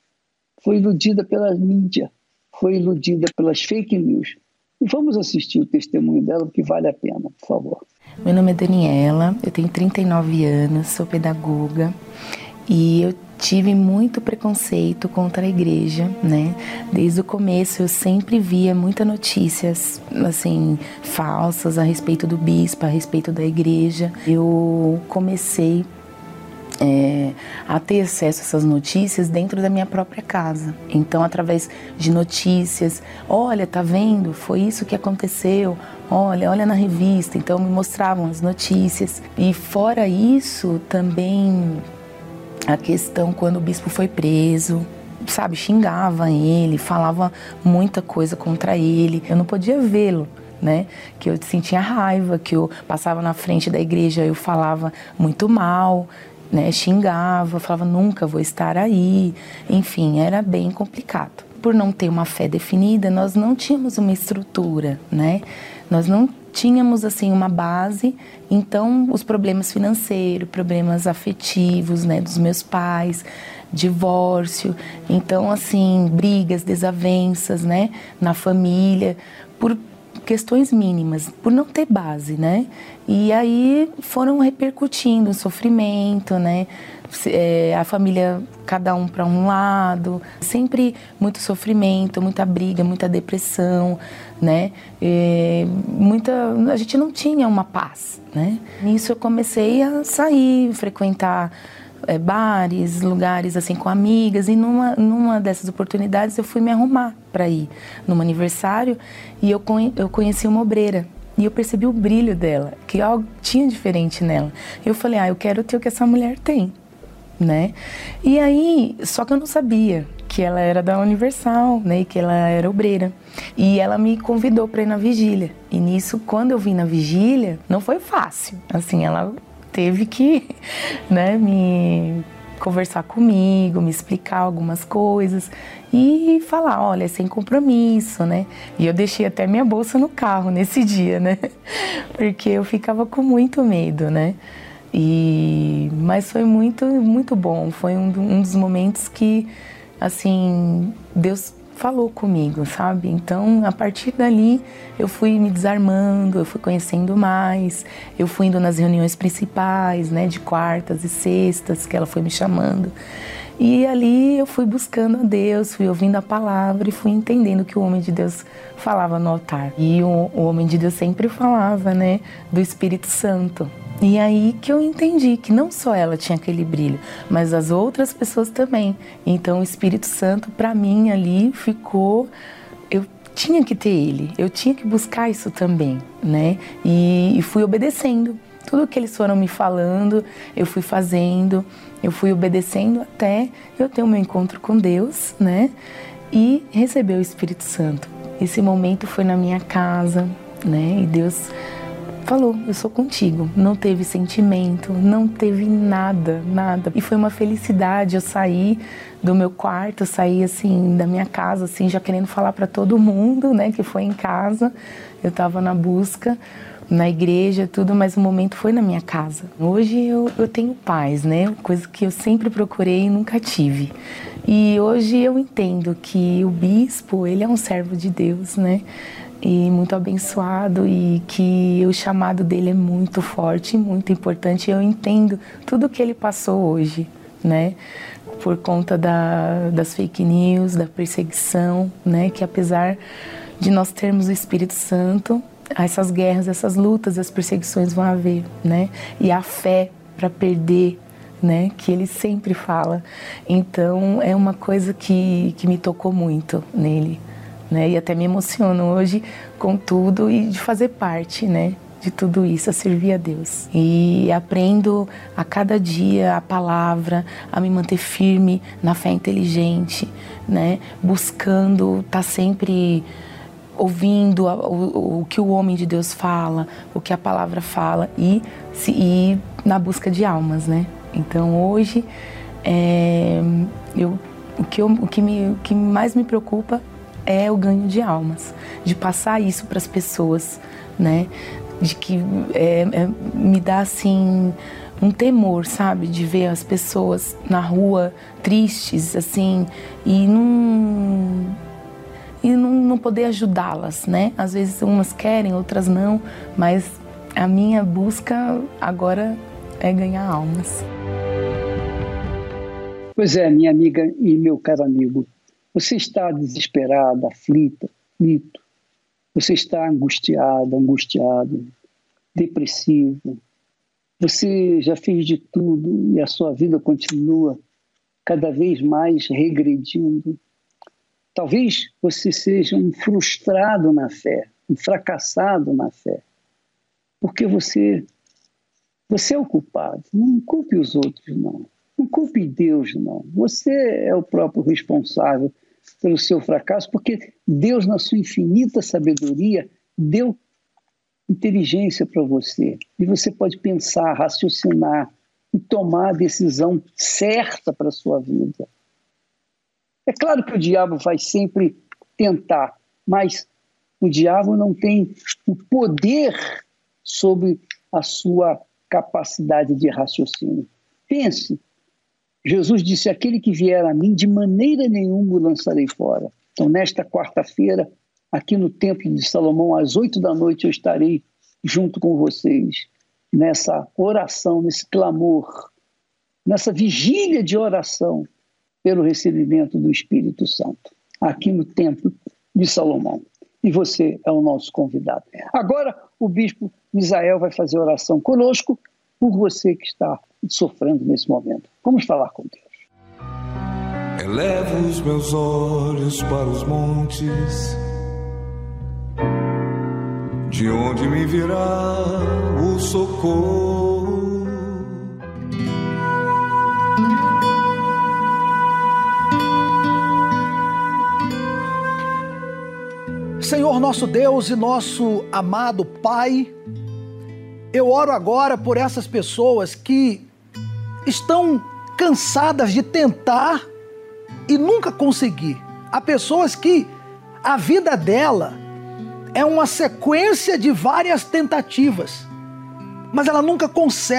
foi iludida pela mídia, foi iludida pelas fake news. E vamos assistir o testemunho dela, porque vale a pena, por favor. Meu nome é Daniela, eu tenho 39 anos, sou pedagoga e eu tive muito preconceito contra a igreja, né? Desde o começo eu sempre via muitas notícias, assim, falsas a respeito do bispo, a respeito da igreja. Eu comecei a ter acesso a essas notícias dentro da minha própria casa. Então, através de notícias, olha, tá vendo? Foi isso que aconteceu. Olha na revista. Então, me mostravam as notícias. E fora isso, também a questão quando o bispo foi preso, sabe, xingava ele, falava muita coisa contra ele. Eu não podia vê-lo, né? Que eu sentia raiva, que eu passava na frente da igreja, eu falava muito mal, né? Xingava, falava nunca vou estar aí. Enfim, era bem complicado. Por não ter uma fé definida, nós não tínhamos uma estrutura, né? Nós não tínhamos assim uma base, então os problemas financeiros, problemas afetivos, né, dos meus pais, divórcio, então assim, brigas, desavenças, né, na família, por questões mínimas, por não ter base, né? E aí foram repercutindo o sofrimento, né? A família, cada um para um lado, sempre muito sofrimento, muita briga, muita depressão, né? A gente não tinha uma paz, né? Nisso eu comecei a sair, frequentar bares, lugares assim com amigas, e numa dessas oportunidades eu fui me arrumar para ir num aniversário e eu conheci uma obreira e eu percebi o brilho dela, que algo tinha diferente nela. Eu falei, eu quero ter o que essa mulher tem, né? E aí, só que eu não sabia que ela era da Universal, né, e que ela era obreira. E ela me convidou para ir na vigília. E nisso, quando eu vim na vigília, não foi fácil. Assim, ela teve que, né, me conversar comigo, me explicar algumas coisas e falar, olha, é sem compromisso, né? E eu deixei até minha bolsa no carro nesse dia, né? Porque eu ficava com muito medo, né? Mas foi muito, muito bom. Foi um dos momentos que, assim, Deus falou comigo, sabe? Então, a partir dali, eu fui me desarmando, eu fui conhecendo mais, eu fui indo nas reuniões principais, né, de quartas e sextas, que ela foi me chamando. E ali eu fui buscando a Deus, fui ouvindo a palavra e fui entendendo o que o homem de Deus falava no altar. E o homem de Deus sempre falava, né, do Espírito Santo. E aí que eu entendi que não só ela tinha aquele brilho, mas as outras pessoas também. Então o Espírito Santo, para mim, ali ficou... Eu tinha que ter ele, eu tinha que buscar isso também, né? E fui obedecendo. Tudo que eles foram me falando, eu fui fazendo, eu fui obedecendo até eu ter o meu encontro com Deus, né? E receber o Espírito Santo. Esse momento foi na minha casa, né? E Deus falou, eu sou contigo. Não teve sentimento, não teve nada, nada. E foi uma felicidade, eu saí do meu quarto, saí assim da minha casa, assim, já querendo falar para todo mundo, né, que foi em casa. Eu estava na busca, na igreja, tudo, mas o momento foi na minha casa. Hoje eu tenho paz, né, coisa que eu sempre procurei e nunca tive. E hoje eu entendo que o bispo, ele é um servo de Deus, né, e muito abençoado, e que o chamado dele é muito forte, muito importante. Eu entendo tudo que ele passou hoje, né, por conta das fake news, da perseguição, né, que apesar de nós termos o Espírito Santo, essas guerras, essas lutas, as perseguições vão haver, né, e a fé para perder, né, que ele sempre fala. Então é uma coisa que me tocou muito nele, né, e até me emociono hoje com tudo e de fazer parte, né, de tudo isso, a servir a Deus. E aprendo a cada dia a palavra, a me manter firme na fé inteligente, né, buscando estar sempre ouvindo o que o homem de Deus fala, o que a palavra fala, e na busca de almas, né. Então hoje o que mais me preocupa é o ganho de almas, de passar isso para as pessoas, né? De que me dá assim um temor, sabe? De ver as pessoas na rua tristes, assim, e não poder ajudá-las, né? Às vezes umas querem, outras não, mas a minha busca agora é ganhar almas. Pois é, minha amiga e meu caro amigo, você está desesperada, aflito, você está angustiado, depressivo, você já fez de tudo e a sua vida continua cada vez mais regredindo. Talvez você seja um frustrado na fé, um fracassado na fé, porque você é o culpado. Não culpe os outros, não. Não culpe Deus, não. Você é o próprio responsável pelo seu fracasso, porque Deus, na sua infinita sabedoria, deu inteligência para você. E você pode pensar, raciocinar e tomar a decisão certa para a sua vida. É claro que o diabo vai sempre tentar, mas O diabo não tem o poder sobre a sua capacidade de raciocínio. Pense, Jesus disse, aquele que vier a mim, de maneira nenhuma o lançarei fora. Então, nesta quarta-feira, aqui no Templo de Salomão, às 8 da noite, eu estarei junto com vocês, nessa oração, nesse clamor, nessa vigília de oração pelo recebimento do Espírito Santo, aqui no Templo de Salomão. E você é o nosso convidado. Agora, o bispo Misael vai fazer oração conosco por você que está sofrendo nesse momento. Vamos falar com Deus. Elevo os meus olhos para os montes, de onde me virá o socorro. Senhor nosso Deus e nosso amado Pai, eu oro agora por essas pessoas que estão cansadas de tentar e nunca conseguir. Há pessoas que a vida dela é uma sequência de várias tentativas, mas ela nunca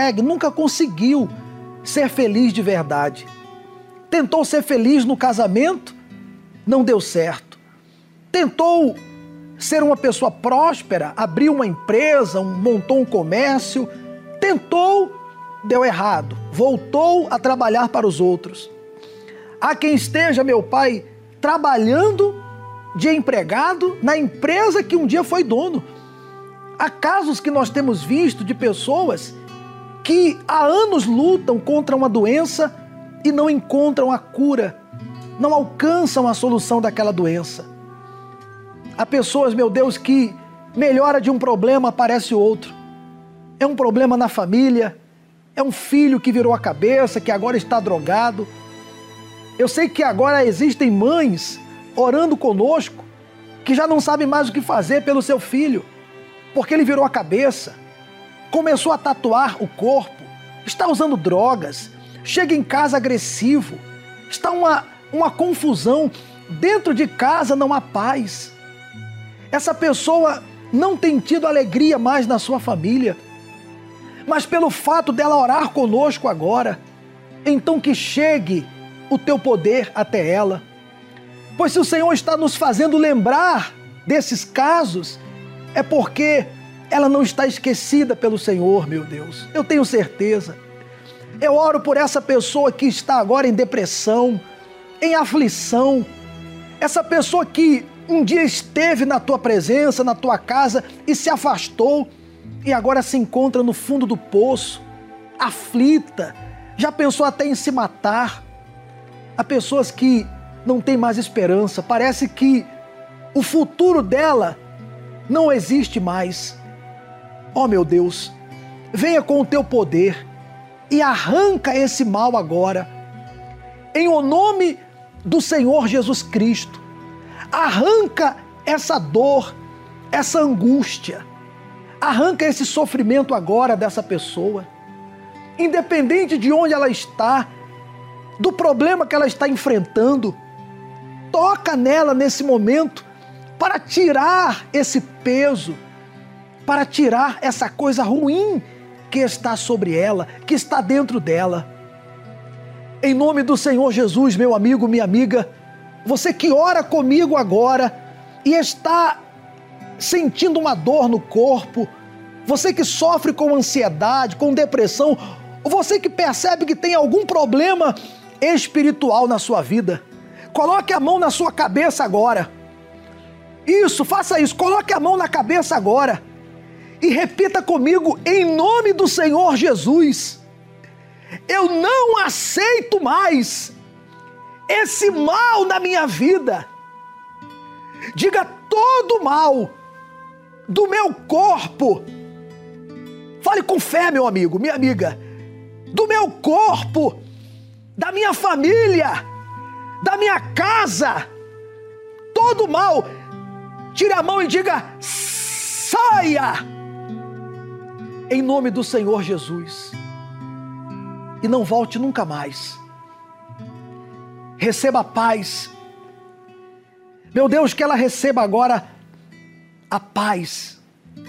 conseguiu ser feliz de verdade. Tentou ser feliz no casamento, não deu certo. Tentou ser uma pessoa próspera, abriu uma empresa, montou um comércio, tentou, deu errado, voltou a trabalhar para os outros. Há quem esteja, meu Pai, trabalhando de empregado na empresa que um dia foi dono. Há casos que nós temos visto de pessoas que há anos lutam contra uma doença e não encontram a cura, não alcançam a solução daquela doença. Há pessoas, meu Deus, que melhora de um problema, aparece outro. É um problema na família, é um filho que virou a cabeça, que agora está drogado. Eu sei que agora existem mães orando conosco que já não sabem mais o que fazer pelo seu filho, porque ele virou a cabeça, começou a tatuar o corpo, está usando drogas, chega em casa agressivo, está uma confusão, dentro de casa não há paz. Essa pessoa não tem tido alegria mais na sua família, mas pelo fato dela orar conosco agora, então que chegue o teu poder até ela. Pois se o Senhor está nos fazendo lembrar desses casos, é porque ela não está esquecida pelo Senhor, meu Deus. Eu tenho certeza. Eu oro por essa pessoa que está agora em depressão, em aflição. Essa pessoa que um dia esteve na tua presença, na tua casa e se afastou e agora se encontra no fundo do poço, aflita, já pensou até em se matar. Há pessoas que não têm mais esperança, parece que o futuro dela não existe mais. Oh meu Deus, venha com o teu poder e arranca esse mal agora. Em o nome do Senhor Jesus Cristo, arranca essa dor, essa angústia, arranca esse sofrimento agora dessa pessoa. Independente de onde ela está, do problema que ela está enfrentando, toca nela nesse momento para tirar esse peso, para tirar essa coisa ruim que está sobre ela, que está dentro dela. Em nome do Senhor Jesus, meu amigo, minha amiga, você que ora comigo agora e está sentindo uma dor no corpo, você que sofre com ansiedade, com depressão, ou você que percebe que tem algum problema espiritual na sua vida, coloque a mão na sua cabeça agora. Isso, faça isso, coloque a mão na cabeça agora e repita comigo, em nome do Senhor Jesus: eu não aceito mais esse mal na minha vida. Diga: todo mal do meu corpo, fale com fé, meu amigo, minha amiga, do meu corpo, da minha família, da minha casa, todo mal, tire a mão e diga: saia, em nome do Senhor Jesus, e não volte nunca mais. Receba a paz. Meu Deus, que ela receba agora a paz.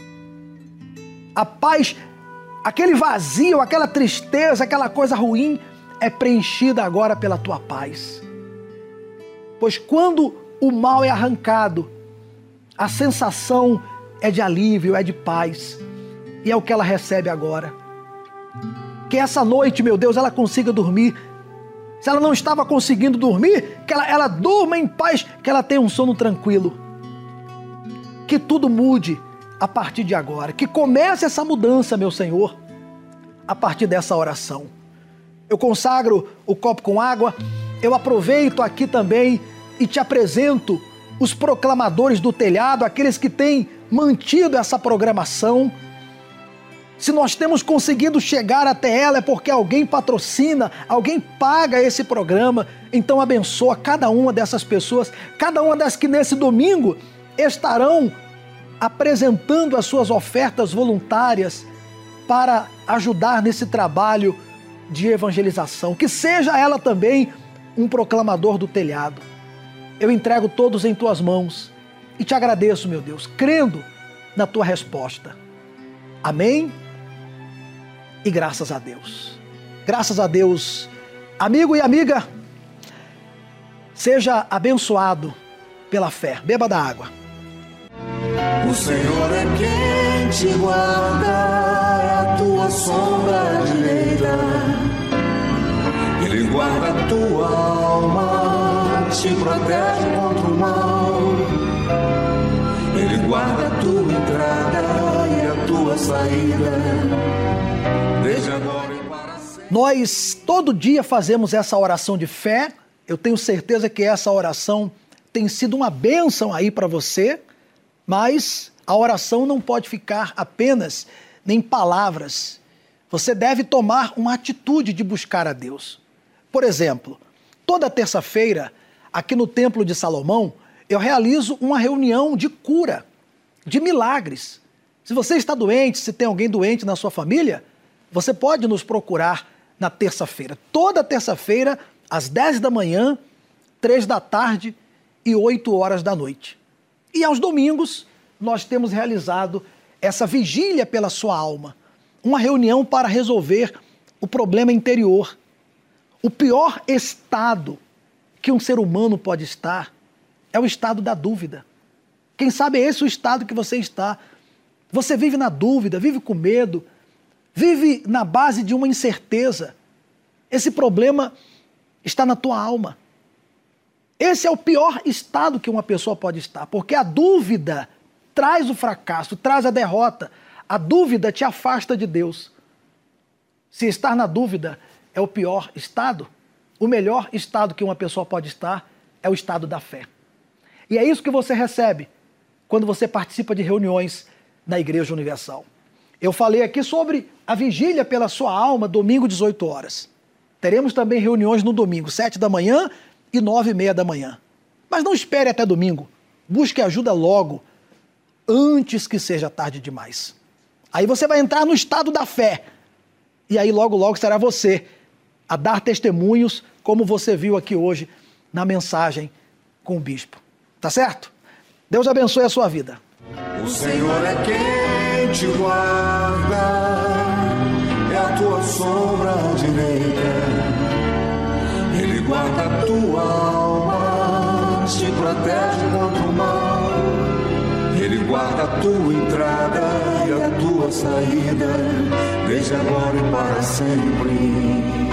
A paz, aquele vazio, aquela tristeza, aquela coisa ruim é preenchida agora pela tua paz. Pois quando o mal é arrancado, a sensação é de alívio, é de paz. E é o que ela recebe agora. Que essa noite, meu Deus, ela consiga dormir. Se ela não estava conseguindo dormir, que ela durma em paz, que ela tenha um sono tranquilo. Que tudo mude a partir de agora. Que comece essa mudança, meu Senhor, a partir dessa oração. Eu consagro o copo com água. Eu aproveito aqui também e te apresento os proclamadores do telhado, aqueles que têm mantido essa programação. Se nós temos conseguido chegar até ela é porque alguém patrocina, alguém paga esse programa. Então abençoa cada uma dessas pessoas, cada uma das que nesse domingo estarão apresentando as suas ofertas voluntárias para ajudar nesse trabalho de evangelização. Que seja ela também um proclamador do telhado. Eu entrego todos em tuas mãos e te agradeço, meu Deus, crendo na tua resposta. Amém? E graças a Deus. Graças a Deus. Amigo e amiga, seja abençoado pela fé. Beba da água. O Senhor é quem te guarda, é a tua sombra direita. Ele guarda a tua alma, te protege contra o mal. Ele guarda a tua entrada e a tua saída, desde agora e para sempre. Nós todo dia fazemos essa oração de fé. Eu tenho certeza que essa oração tem sido uma bênção aí para você, mas a oração não pode ficar apenas em palavras. Você deve tomar uma atitude de buscar a Deus. Por exemplo, toda terça-feira, aqui no Templo de Salomão, eu realizo uma reunião de cura, de milagres. Se você está doente, se tem alguém doente na sua família, você pode nos procurar na terça-feira. Toda terça-feira, às 10 da manhã, 3 da tarde e 8 horas da noite. E aos domingos, nós temos realizado essa vigília pela sua alma. Uma reunião para resolver o problema interior. O pior estado que um ser humano pode estar é o estado da dúvida. Quem sabe é esse o estado que você está. Você vive na dúvida, vive com medo, vive na base de uma incerteza. Esse problema está na tua alma. Esse é o pior estado que uma pessoa pode estar, porque a dúvida traz o fracasso, traz a derrota. A dúvida te afasta de Deus. Se estar na dúvida é o pior estado, o melhor estado que uma pessoa pode estar é o estado da fé. E é isso que você recebe quando você participa de reuniões na Igreja Universal. Eu falei aqui sobre a vigília pela sua alma, domingo, 18 horas. Teremos também reuniões no domingo, 7 da manhã e 9h30 da manhã. Mas não espere até domingo. Busque ajuda logo, antes que seja tarde demais. Aí você vai entrar no estado da fé. E aí logo, logo será você a dar testemunhos, como você viu aqui hoje na mensagem com o bispo. Tá certo? Deus abençoe a sua vida. O Senhor é quem te guarda, é a tua sombra direita. Ele guarda a tua alma, te protege contra o mal. Ele guarda a tua entrada e a tua saída, desde agora e para sempre.